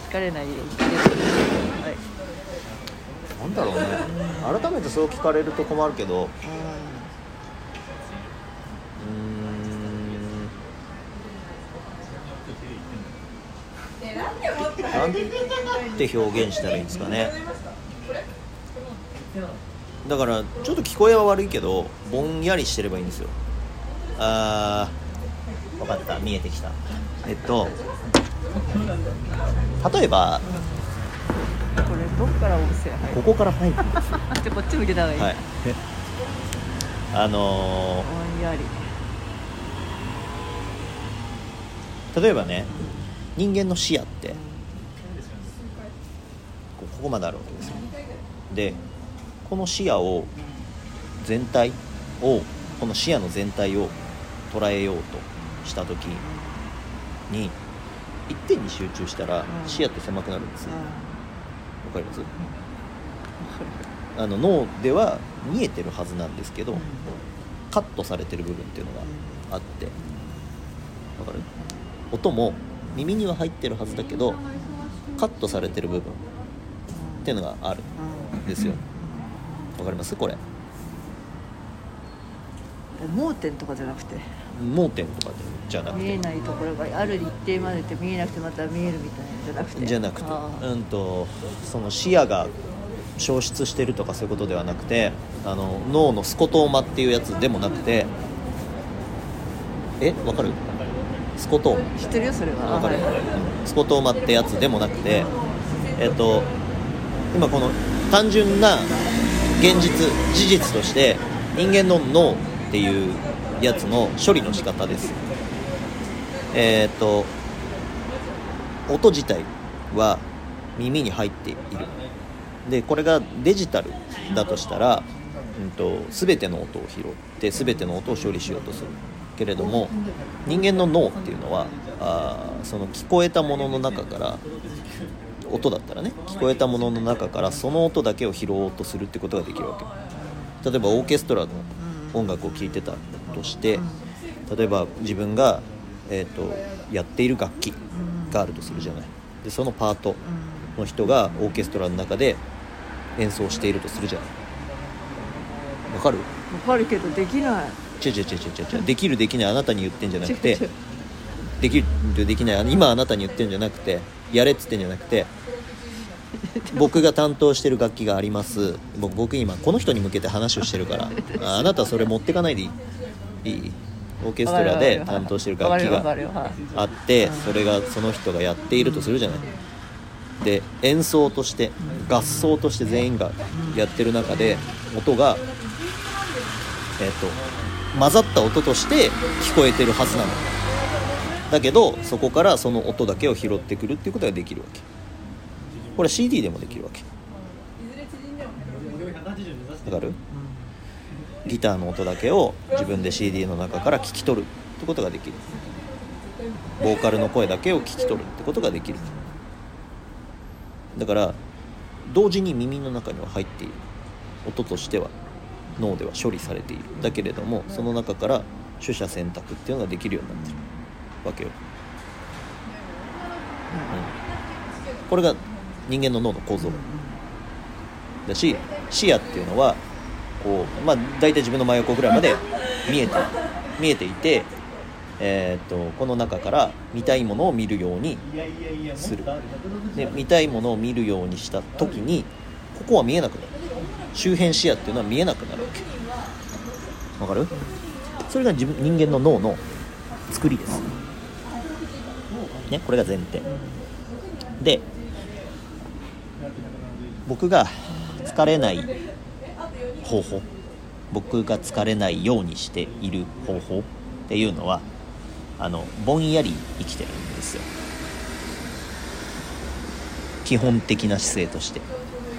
聞かれないで生きれる。はい。 なんだろうね、改めてそう聞かれると困るけど、なんて表現したらいいんですかね。だからちょっと聞こえは悪いけどぼんやりしてればいいんですよ。分かった、見えてきた。例えばこれどっから音声入る？ ここから入るんですよ。 じゃあこっち向けた方がいい。 はい。 ぼんやり。 例えばね、人間の視野ってここまであるわけですよ。でこの視野を全体をこの視野の全体を捉えようとした時に一点に集中したら視野って狭くなるんですよ。わかります？脳では見えてるはずなんですけど、カットされてる部分っていうのがあって、わかる？音も耳には入ってるはずだけどカットされてる部分っていうのがあるんですよ。わかります？これ盲点とかじゃなくて、 盲点とかじゃなくて、 見えないところがある一定までって見えなくてまた見えるみたいなじゃなくてその視野が消失してるとかそういうことではなくて、脳のスコトーマっていうやつでもなくて、わかる？スコトーマ知ってるよそれは。 わかる？スコトーマってやつでもなくて、今この単純な現実事実として人間の脳っていうやつの処理の仕方です。音自体は耳に入っている。でこれがデジタルだとしたら、全ての音を拾って全ての音を処理しようとするけれども、人間の脳っていうのはその聞こえたものの中から音だったらね、聞こえたものの中からその音だけを拾おうとするってことができるわけ。例えばオーケストラの音楽を聴いてたとして、例えば自分が、やっている楽器があるとするじゃない。でそのパートの人がオーケストラの中で演奏しているとするじゃない。わかる？ わかるけどできない。 できるできないあなたに言ってんじゃなくて、できるできない今あなたに言ってんじゃなくて、やれっつってんじゃなくて、僕が担当してる楽器があります。僕今この人に向けて話をしてるから、あなたそれ持ってかないでいい？オーケストラで担当してる楽器があって、それがその人がやっているとするじゃない。で演奏として合奏として全員がやってる中で音が混ざった音として聞こえてるはずなの。だけどそこからその音だけを拾ってくるっていうことができるわけ。これ CD でもできるわけ。わかる？ギターの音だけを自分で CD の中から聞き取るってことができる。ボーカルの声だけを聞き取るってことができる。だから同時に耳の中には入っている。音としては脳では処理されている。だけれどもその中から取捨選択っていうのができるようになってるわけよ。これが人間の脳の構造だし、視野っていうのはこう、大体自分の真横ぐらいまで見えていて、この中から見たいものを見るようにする。で見たいものを見るようにした時にここは見えなくなる。周辺視野っていうのは見えなくなるわけ。わかる？それが人間の脳の作りです、ね、これが前提で、僕が疲れない方法、僕が疲れないようにしている方法っていうのはぼんやり生きてるんですよ。基本的な姿勢として。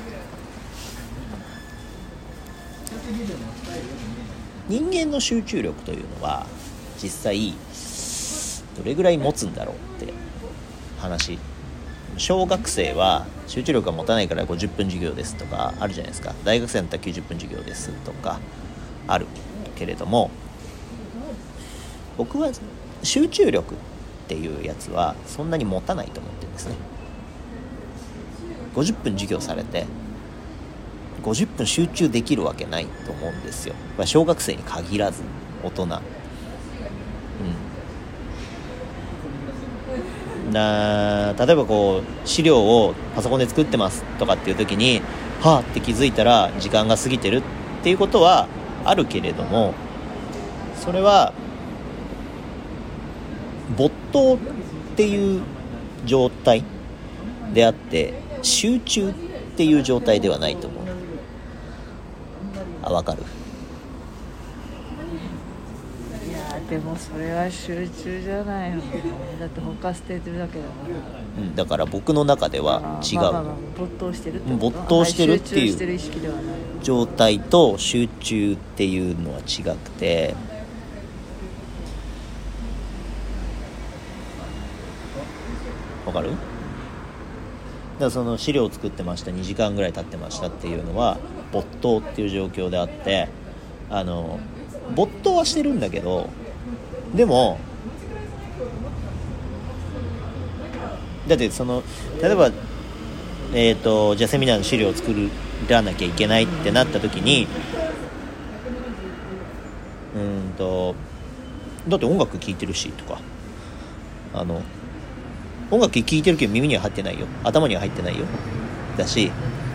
人間の集中力というのは実際どれぐらい持つんだろうって話。小学生は集中力が持たないから50分授業ですとかあるじゃないですか。大学生だったら90分授業ですとかあるけれども、僕は集中力っていうやつはそんなに持たないと思ってるんですね。 50分授業されて50分集中できるわけないと思うんですよ。小学生に限らず大人、例えばこう資料をパソコンで作ってますとかっていう時にはあって気づいたら時間が過ぎてるっていうことはあるけれども、それは没頭っていう状態であって集中っていう状態ではないと思う。わかる？ いやでもそれは集中じゃないよね。だって他捨ててるだけだから。 だから僕の中では違う。 没頭してるってこと？ 没頭してるって集中してる意識ではない状態と集中っていうのは違くて、わかる？だからその資料を作ってました、2時間ぐらい経ってましたっていうのは没頭っていう状況であって、没頭はしてるんだけど、でもだってその例えばじゃあセミナーの資料を作らなきゃいけないってなった時にだって音楽聴いてるしとか、音楽聴いてるけど耳には入ってないよ、頭には入ってないよだし、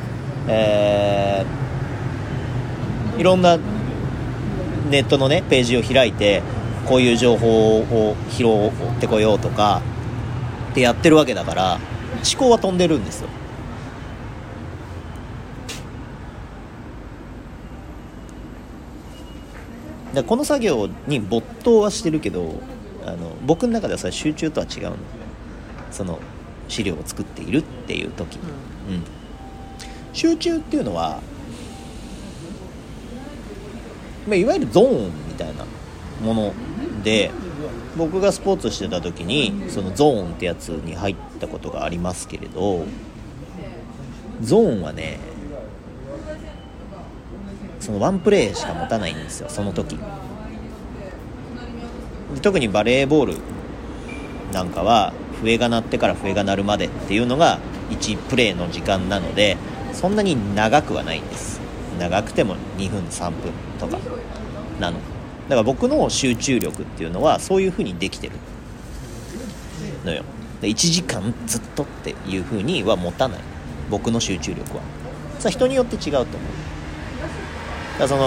いろんなネットのねページを開いてこういう情報を拾ってこようとかってやってるわけだから、思考は飛んでるんですよ。でこの作業に没頭はしてるけど、僕の中ではそれ集中とは違うの。その資料を作っているっていう時に、集中っていうのは、いわゆるゾーンみたいなもので、僕がスポーツしてた時にそのゾーンってやつに入ったことがありますけれど、ゾーンはねそのワンプレーしか持たないんですよ、その時。特にバレーボールなんかは笛が鳴ってから笛が鳴るまでっていうのが1プレーの時間なので、そんなに長くはないんです。長くても2分3分とかなの。だから僕の集中力っていうのはそういう風にできてるのよ。で1時間ずっとっていう風には持たない、僕の集中力は。さあ人によって違うと思う。だからその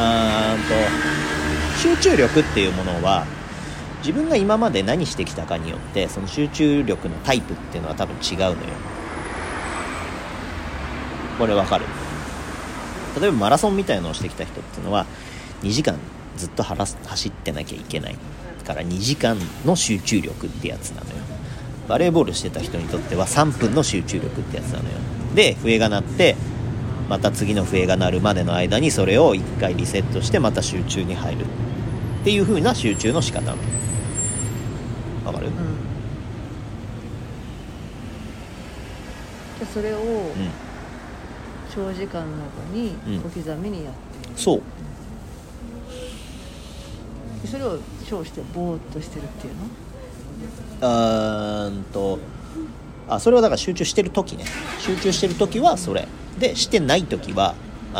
集中力っていうものは自分が今まで何してきたかによってその集中力のタイプっていうのは多分違うのよ。これわかる？例えばマラソンみたいなのをしてきた人っていうのは2時間ずっと走ってなきゃいけないから2時間の集中力ってやつなのよ。バレーボールしてた人にとっては3分の集中力ってやつなのよ。で笛が鳴ってまた次の笛が鳴るまでの間にそれを1回リセットしてまた集中に入るっていう風な集中の仕方なの。わかる？ でそれを長時間の中に小刻みにやっている、 そう。 それを称してぼーっとしてるっていうの？それはだから集中してる時ね。集中してる時はそれで、してない時は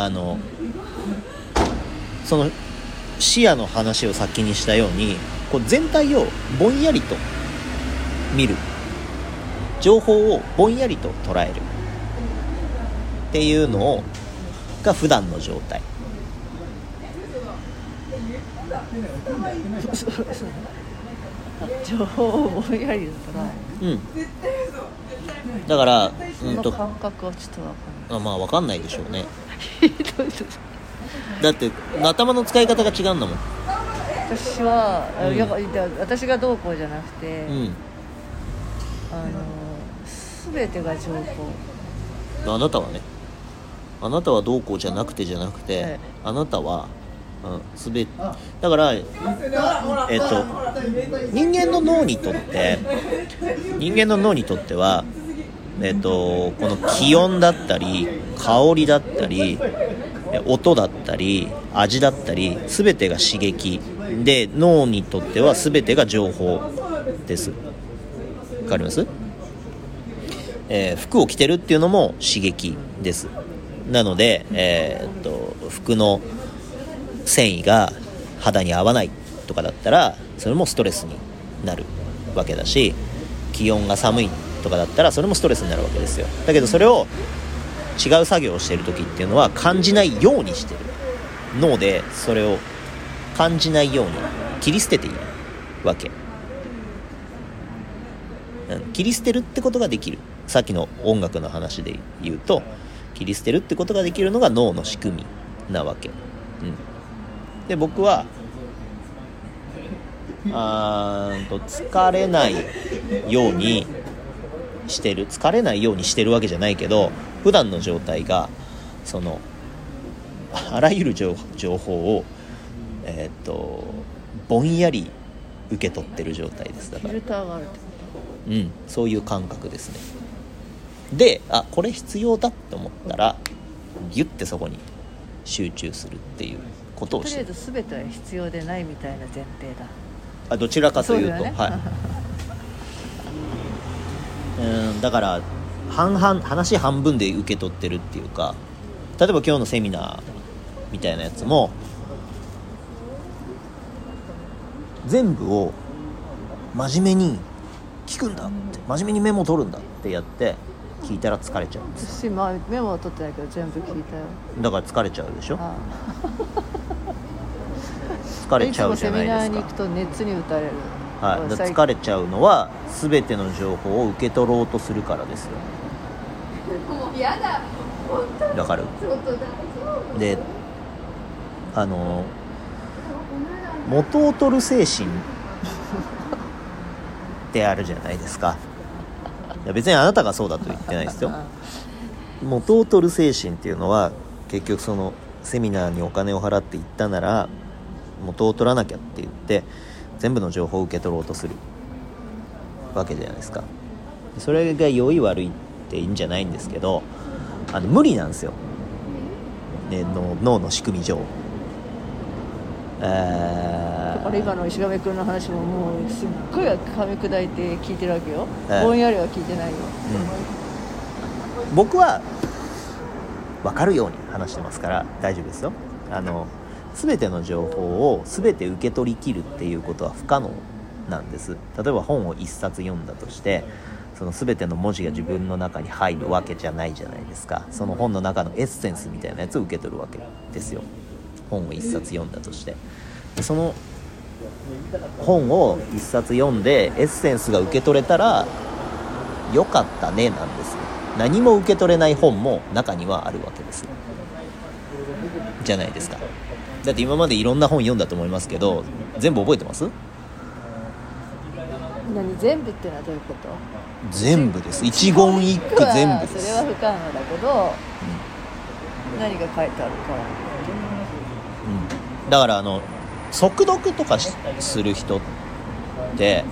その視野の話を先にしたようにこう全体をぼんやりと見る、情報をぼんやりと捉えるっていうのが普段の状態。 情報をぼんやりと捉える。 だからその感覚はちょっと分かんない。 まあ分かんないでしょうね。だって頭の使い方が違うんだもん。 私は、私がどうこうじゃなくて、全てが情報。 あなたはね、あなたはどうこうじゃなくてじゃなくて、はい、あなたは全てだから、人間の脳にとってはこの気温だったり香りだったり音だったり味だったり全てが刺激で、脳にとっては全てが情報です。わかります？ 服を着てるっていうのも刺激です。なので、服の繊維が肌に合わないとかだったらそれもストレスになるわけだし、気温が寒いとかだったらそれもストレスになるわけですよ。だけどそれを違う作業をしている時っていうのは感じないようにしてる。脳でそれを感じないように切り捨てているわけ。切り捨てるってことができる。さっきの音楽の話で言うと、切り捨てるってことができるのが脳の仕組みなわけ。で、僕は疲れないようにしてる。疲れないようにしてるわけじゃないけど、普段の状態がそのあらゆる情報をぼんやり受け取ってる状態です。だからフィルターがあるってこと？ そういう感覚ですね。で、これ必要だって思ったらギュッてそこに集中するっていうことをしてる。 とりあえず全ては必要でないみたいな前提だ。 どちらかというと、 そうだよね、 はいだから話半分で受け取ってるっていうか、例えば今日のセミナーみたいなやつも全部を真面目に聞くんだって、真面目にメモを取るんだってやって聞いたら疲れちゃうんです。 私、メモは取ってないけど全部聞いたよ。 だから疲れちゃうでしょ。疲れちゃうじゃないですか。いつもセミナーに行くと熱に打たれる。疲れちゃうのは全ての情報を受け取ろうとするからですよ。 もうやだ。 わかる？で、元を取る精神ってあるじゃないですか。いや別にあなたがそうだと言ってないですよ。元を取る精神っていうのは結局そのセミナーにお金を払って行ったなら元を取らなきゃって言って全部の情報を受け取ろうとするわけじゃないですか。それが良い悪いっていいんじゃないんですけど、無理なんですよ、脳の仕組み上。 これ今の石上君の話ももうすっごい噛み砕いて聞いてるわけよ。ぼんやりは聞いてないよ。 僕は分かるように話してますから大丈夫ですよ。全ての情報を全て受け取り切るっていうことは不可能なんです。例えば本を一冊読んだとしてその全ての文字が自分の中に入るわけじゃないじゃないですか。その本の中のエッセンスみたいなやつを受け取るわけですよ。本を一冊読んだとしてその本を一冊読んでエッセンスが受け取れたらよかったねなんですよ。何も受け取れない本も中にはあるわけですじゃないですか。だって今までいろんな本読んだと思いますけど全部覚えてます？ 全部ってのはどういうこと？ 全部です。一言一句全部です。 それは不可能だけど、何が書いてあるかは、 だから速読とかする人って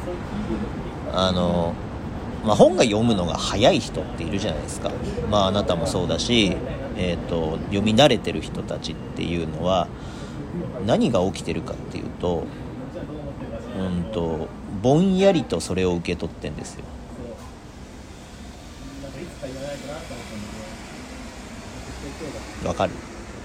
本が読むのが早い人っているじゃないですか。あなたもそうだし、読み慣れてる人たちっていうのは何が起きてるかっていうとぼんやりとそれを受け取ってんですよ。わかる？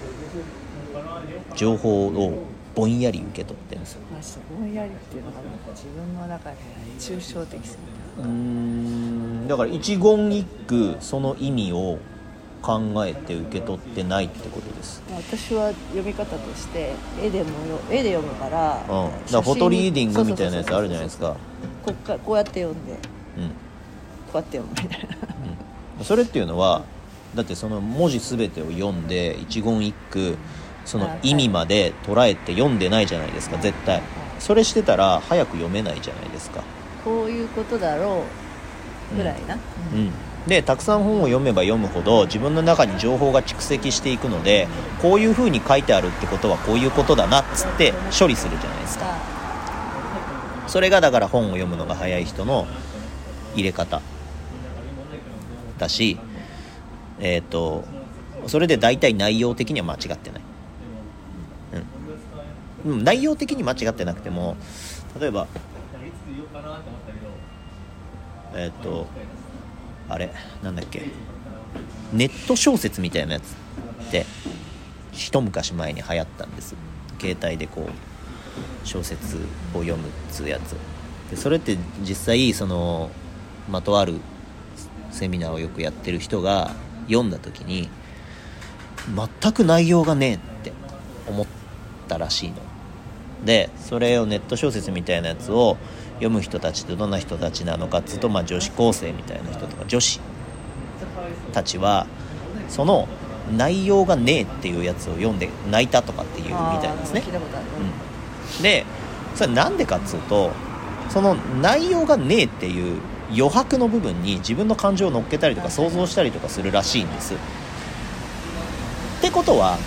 情報をぼんやり受け取ってるんですよ。 ぼんやりっていうのが自分の中で抽象的すぎる。 だから一言一句その意味を考えて受け取ってないってことです。 私は読み方として絵で読むから、 だからフォトリーディングみたいなやつあるじゃないですか。 こうやって読んで、こうやって読むみたいな、 それっていうのはだってその文字全てを読んで一言一句その意味まで捉えて読んでないじゃないですか絶対。それしてたら早く読めないじゃないですか。 こういうことだろうぐらいな、 でたくさん本を読めば読むほど自分の中に情報が蓄積していくのでこういう風に書いてあるってことはこういうことだなっつって処理するじゃないですか。それがだから本を読むのが早い人の入れ方だし、それで大体内容的には間違ってない、内容的に間違ってなくても例えばあれなんだっけ、ネット小説みたいなやつって一昔前に流行ったんです。携帯でこう小説を読むっつうやつで、それって実際そのとあるセミナーをよくやってる人が読んだ時に全く内容がねえって思ったらしいので、それをネット小説みたいなやつを読む人たちってどんな人たちなのかっつうと、女子高生みたいな人とか女子たちはその内容がねえっていうやつを読んで泣いたとかっていうみたいですね。 聞いたことある、 でそれなんでかっつうと、その内容がねえっていう余白の部分に自分の感情を乗っけたりとか想像したりとかするらしいんです。ってことは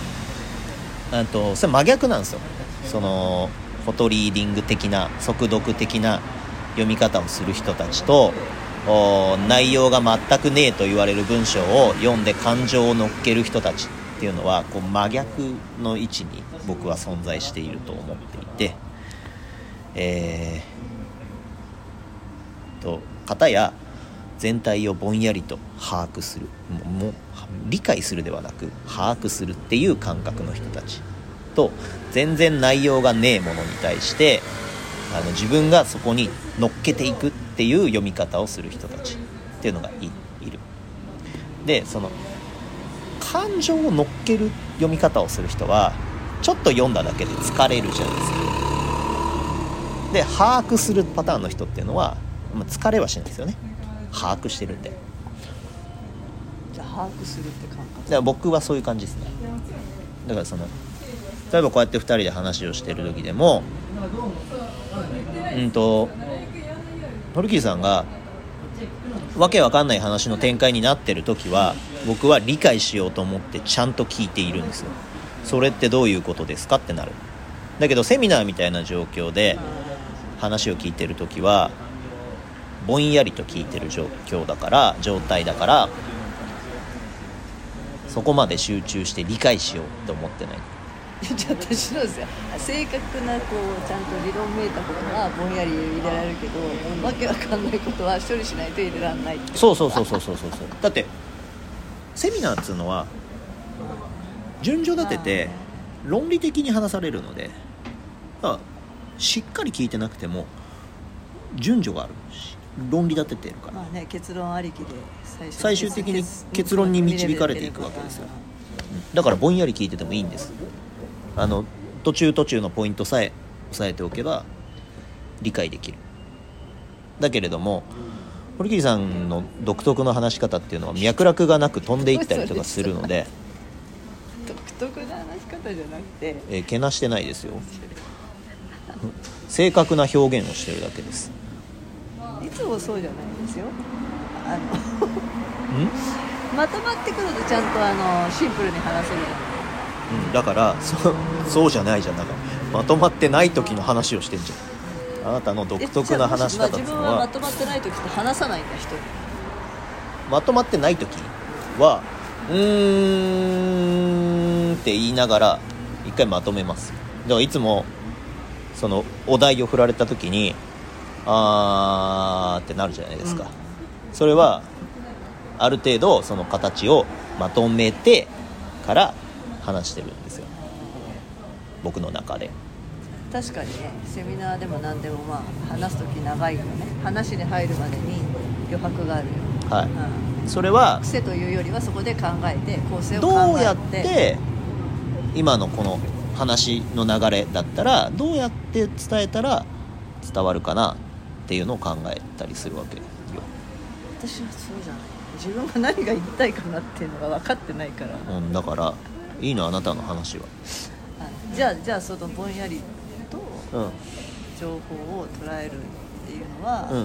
それ真逆なんですよ。そのフォトリーディング的な速読的な読み方をする人たちと、内容が全くねえと言われる文章を読んで感情を乗っける人たちっていうのはこう真逆の位置に僕は存在していると思っていて、片や全体をぼんやりと把握する、もう理解するではなく把握するっていう感覚の人たちと、全然内容がねえものに対して自分がそこに乗っけていくっていう読み方をする人たちっていうのが いる。でその感情を乗っける読み方をする人はちょっと読んだだけで疲れるじゃないですか。で把握するパターンの人っていうのは、疲れはしないですよね。把握してるんで。 じゃあ把握するって感覚。 だから僕はそういう感じですね。だから例えばこうやって2人で話をしてる時でも堀切さんがわけわかんない話の展開になってる時は僕は理解しようと思ってちゃんと聞いているんですよ。それってどういうことですかってなる。だけどセミナーみたいな状況で話を聞いてる時はぼんやりと聞いてる状態だからそこまで集中して理解しようって思ってない。 じゃあ私のですよ、正確なこうちゃんと理論めいたことはぼんやり入れられるけど、わけわかんないことは処理しないと入れられないって。 そうだってセミナーっつうのは順序立てて論理的に話されるので、しっかり聞いてなくても順序があるし論理立ててるから、 結論ありきで最終的に結論に導かれていくわけですよ。だからぼんやり聞いててもいいんです。途中のポイントさえ押さえておけば理解できる。だけれども堀切さんの独特の話し方っていうのは脈絡がなく飛んでいったりとかするので独特な話し方じゃなくて、 けなしてないですよ。正確な表現をしてるだけです。 いつもそうじゃないですよ。まとまってくるとちゃんとシンプルに話せる。 だからそうじゃないじゃん。だからまとまってない時の話をしてんじゃん。あなたの独特な話し方っていうのは、 自分はまとまってない時って話さないんだ。人にまとまってない時はって言いながら一回まとめます。だからいつもそのお題を振られた時にってなるじゃないですか、それはある程度その形をまとめてから話してるんですよ、僕の中で。 確かにね、セミナーでも何でも話すとき長いよね。話に入るまでに余白があるよ。 はい、それは癖というよりはそこで考えて構成を考えて、 どうやって今のこの話の流れだったらどうやって伝えたら伝わるかなっていうのを考えたりするわけよ。 私はそうじゃない。自分が何が言いたいかなっていうのが分かってないから、 だからいいの、あなたの話は。 じゃあそのぼんやりと情報を捉えるっていうのは、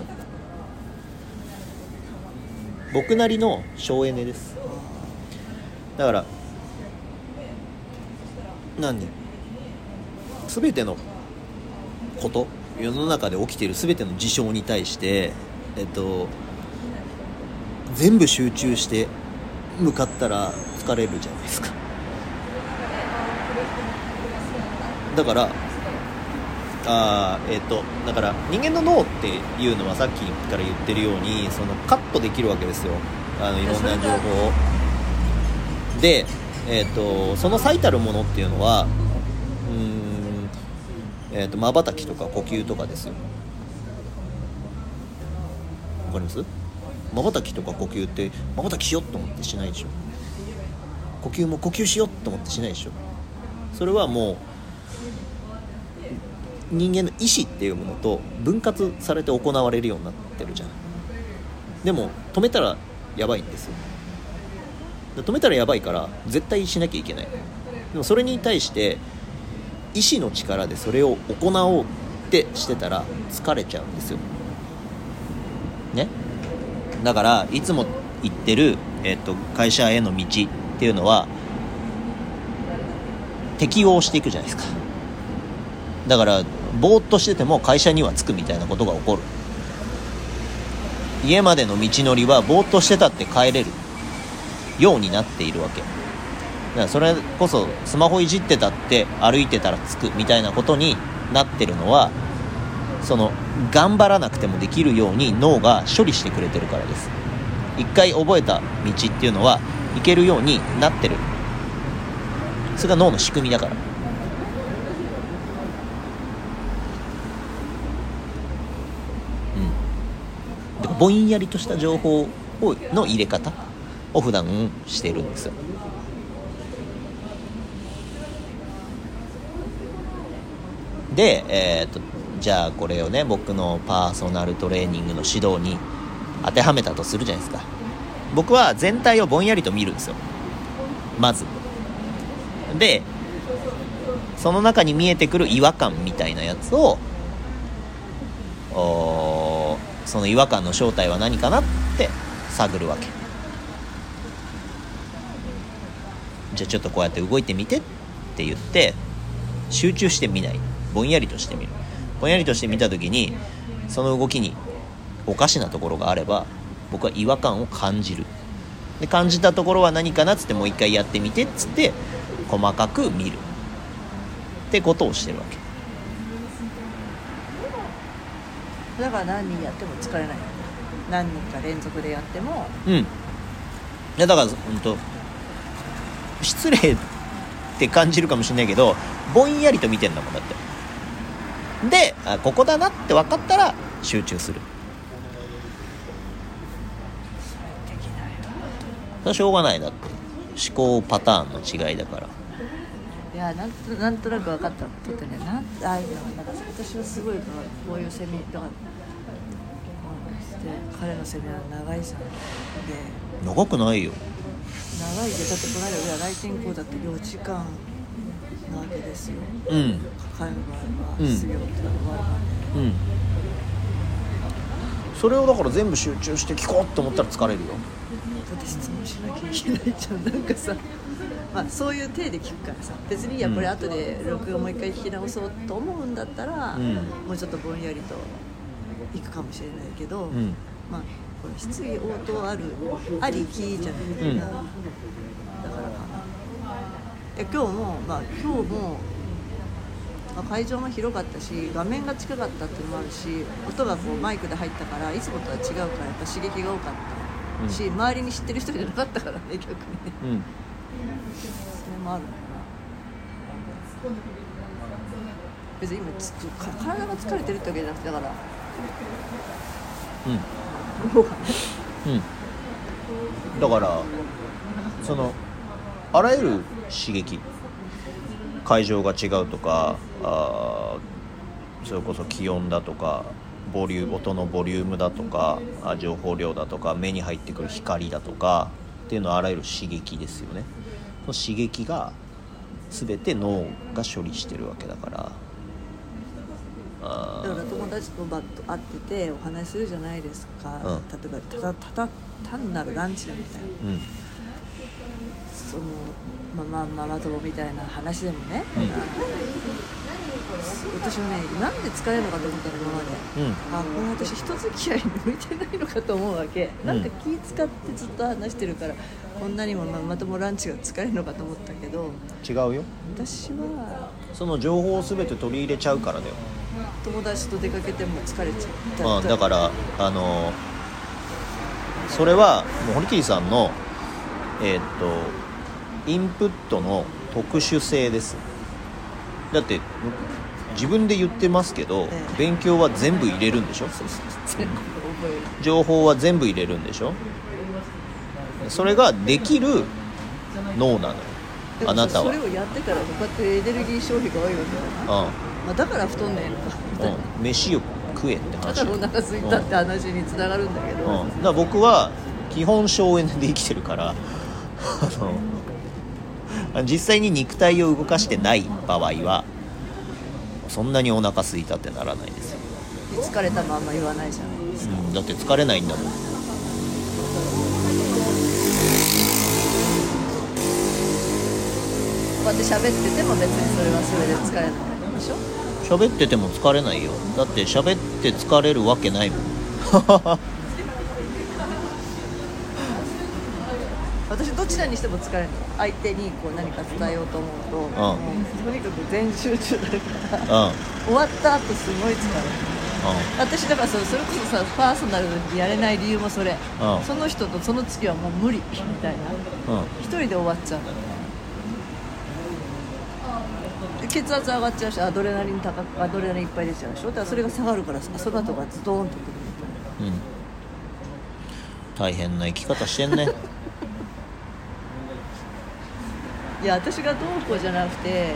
僕なりの省エネです。だから全てのこと世の中で起きている全ての事象に対して、全部集中して向かったら疲れるじゃないですか。だからだから人間の脳っていうのはさっきから言ってるようにそのカットできるわけですよ、いろんな情報を。で、その最たるものっていうのは瞬きとか呼吸とかですよ。わかります？瞬きとか呼吸って瞬きしようと思ってしないでしょ。呼吸も呼吸しようと思ってしないでしょ。それはもう人間の意志っていうものと分割されて行われるようになってるじゃん。でも止めたらやばいんですよ。止めたらやばいから絶対しなきゃいけない。でもそれに対して意志の力でそれを行おうってしてたら疲れちゃうんですよね。だからいつも言ってる、会社への道っていうのは適応していくじゃないですか。だからぼーっとしてても会社には着くみたいなことが起こる。家までの道のりはぼーっとしてたって帰れるようになっているわけだから、それこそスマホいじってたって歩いてたら着くみたいなことになってるのは、その頑張らなくてもできるように脳が処理してくれてるからです。一回覚えた道っていうのは行けるようになってる。それが脳の仕組みだから。だからぼんやりとした情報の入れ方を普段してるんですよ。で、じゃあこれをね、僕のパーソナルトレーニングの指導に当てはめたとするじゃないですか。僕は全体をぼんやりと見るんですよ、まず。でその中に見えてくる違和感みたいなやつをその違和感の正体は何かなって探るわけ。じゃあちょっとこうやって動いてみてって言って集中してみない、ぼんやりとしてみる。ぼんやりとしてみたときにその動きにおかしなところがあれば僕は違和感を感じる。で感じたところは何かなっつってもう一回やってみてっつって細かく見るってことをしてるわけだから何人やっても疲れない。何人か連続でやっても。 いやだから失礼って感じるかもしれないけどぼんやりと見てんだもんだって。でここだなって分かったら集中する。それはしょうがない。だって思考パターンの違いだから。 いやなんとなく分かったとってね、なんか私はすごいこういうセミだから彼のセミは長いじゃん。で長くないよ。 長いで、だってこの間来店校だって4時間なわけですよ。彼の場合は失業って終わるまで。 それをだから全部集中して聞こうと思ったら疲れるよ。 だって質問しなきゃいけないじゃん。なんかさ、そういう体で聞くからさ、別にいやこれ後で録画もう一回聞き直そうと思うんだったら、もうちょっとぼんやりといくかもしれないけど、これ質疑応答ありきじゃない、だからかな。今日も、会場も広かったし画面が近かったっていうのもあるし、音がこうマイクで入ったからいつもとは違うからやっぱ刺激が多かったし、周りに知ってる人じゃなかったからね、逆にね、それもあるのかな。別に今体が疲れてるってわけじゃなくて、だからだからそのあらゆる刺激、会場が違うとかそれこそ気温だとか音のボリュームだとか情報量だとか目に入ってくる光だとかっていうのはあらゆる刺激ですよね。その刺激が全て脳が処理してるわけだから。 だから友達とバッと会っててお話するじゃないですか、例えば単なるランチだみたいな、そのママ友みたいな話でもね、 私はねなんで疲れるのかと思ったの今まで、これ私人付き合いに向いてないのかと思うわけ、なんか気使ってずっと話してるからこんなにもまともランチが疲れるのかと思ったけど違うよ。 私はその情報を全て取り入れちゃうからだよ。 友達と出かけても疲れちゃう、 だからそれはもう堀切さんのインプットの特殊性です。だって自分で言ってますけど、勉強は全部入れるんでしょ。 全部覚える。 情報は全部入れるんでしょ。それができる脳なのよ。あなたはそれをやってたらこうやってエネルギー消費が多いわけだな、だから太んねえのかみたいな、 飯を食えって話。 だからお腹空いたって話につながるんだけど、 だから僕は基本省エネで生きてるから実際に肉体を動かしてない場合はそんなにお腹空いたってならないですよ。 疲れたまんま言わないじゃないですか、 だって疲れないんだもん。 こうやって喋ってても別にそれはそれで疲れないでしょ。 喋ってても疲れないよ。だって喋って疲れるわけないもん私どちらにしても疲れる。相手にこう何か伝えようと思うと、もうとにかく全集中だから、終わった後すごい疲れる。私だからそれこそさパーソナルでやれない理由もそれ、その人とその月はもう無理みたいな、一人で終わっちゃう。血圧上がっちゃうしアドレナリンいっぱい出ちゃうでしょ。だからそれが下がるからその後がズドーンとくるみたいな、 大変な生き方してんねいや私がどうこうじゃなくて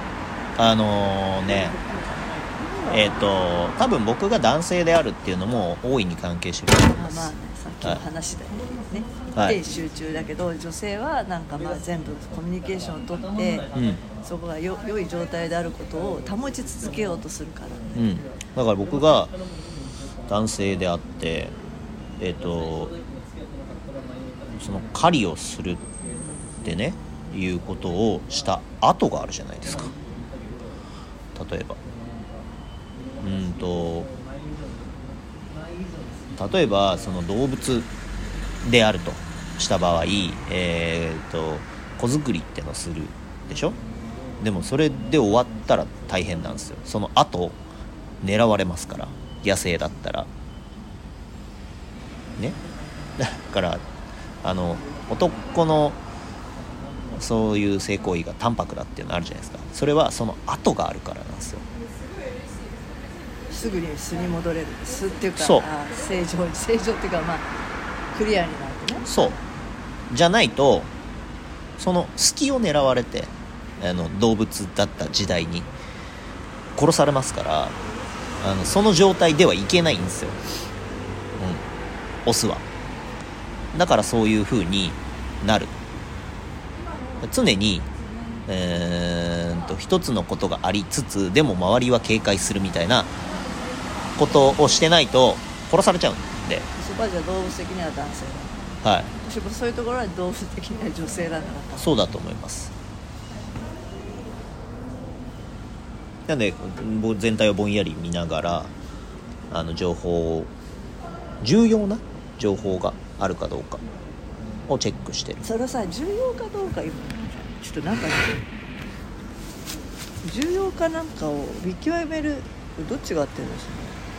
多分僕が男性であるっていうのも大いに関係してると思います。 まあね、さっきの話だよね、で集中だけど女性はなんか全部コミュニケーションをとって、そこが良い状態であることを保ち続けようとするからね、 だから僕が男性であってその狩りをするってねいうことをした後があるじゃないですか。例えばその動物であるとした場合、子作りってのをするでしょ。でもそれで終わったら大変なんですよ。その後狙われますから、野生だったらね。だから男のそういう性行為が淡白だっていうのあるじゃないですか。それはその後があるからなんですよ。 すぐに素に戻れる。素っていうかそう正常っていうかクリアになるね。 そうじゃないとその隙を狙われて動物だった時代に殺されますから、その状態ではいけないんですよ、オスは。だからそういう風になる。常に一つのことがありつつでも周りは警戒するみたいなことをしてないと殺されちゃうんで。 そこはじゃあ動物的には男性だ。私もそういうところは動物的には女性なんだな。 そうだと思います。なので全体をぼんやり見ながら重要な情報があるかどうかをチェックしてる。 それはさ重要かどうかちょっとなんか重要かなんかを見極めるどっちが合ってるんですか。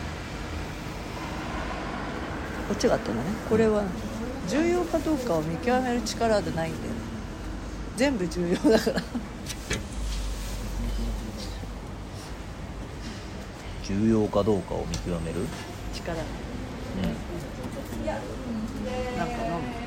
こっちが合ってるのね。これは重要かどうかを見極める力でないんだよ。全部重要だから重要かどうかを見極める力、なんか飲む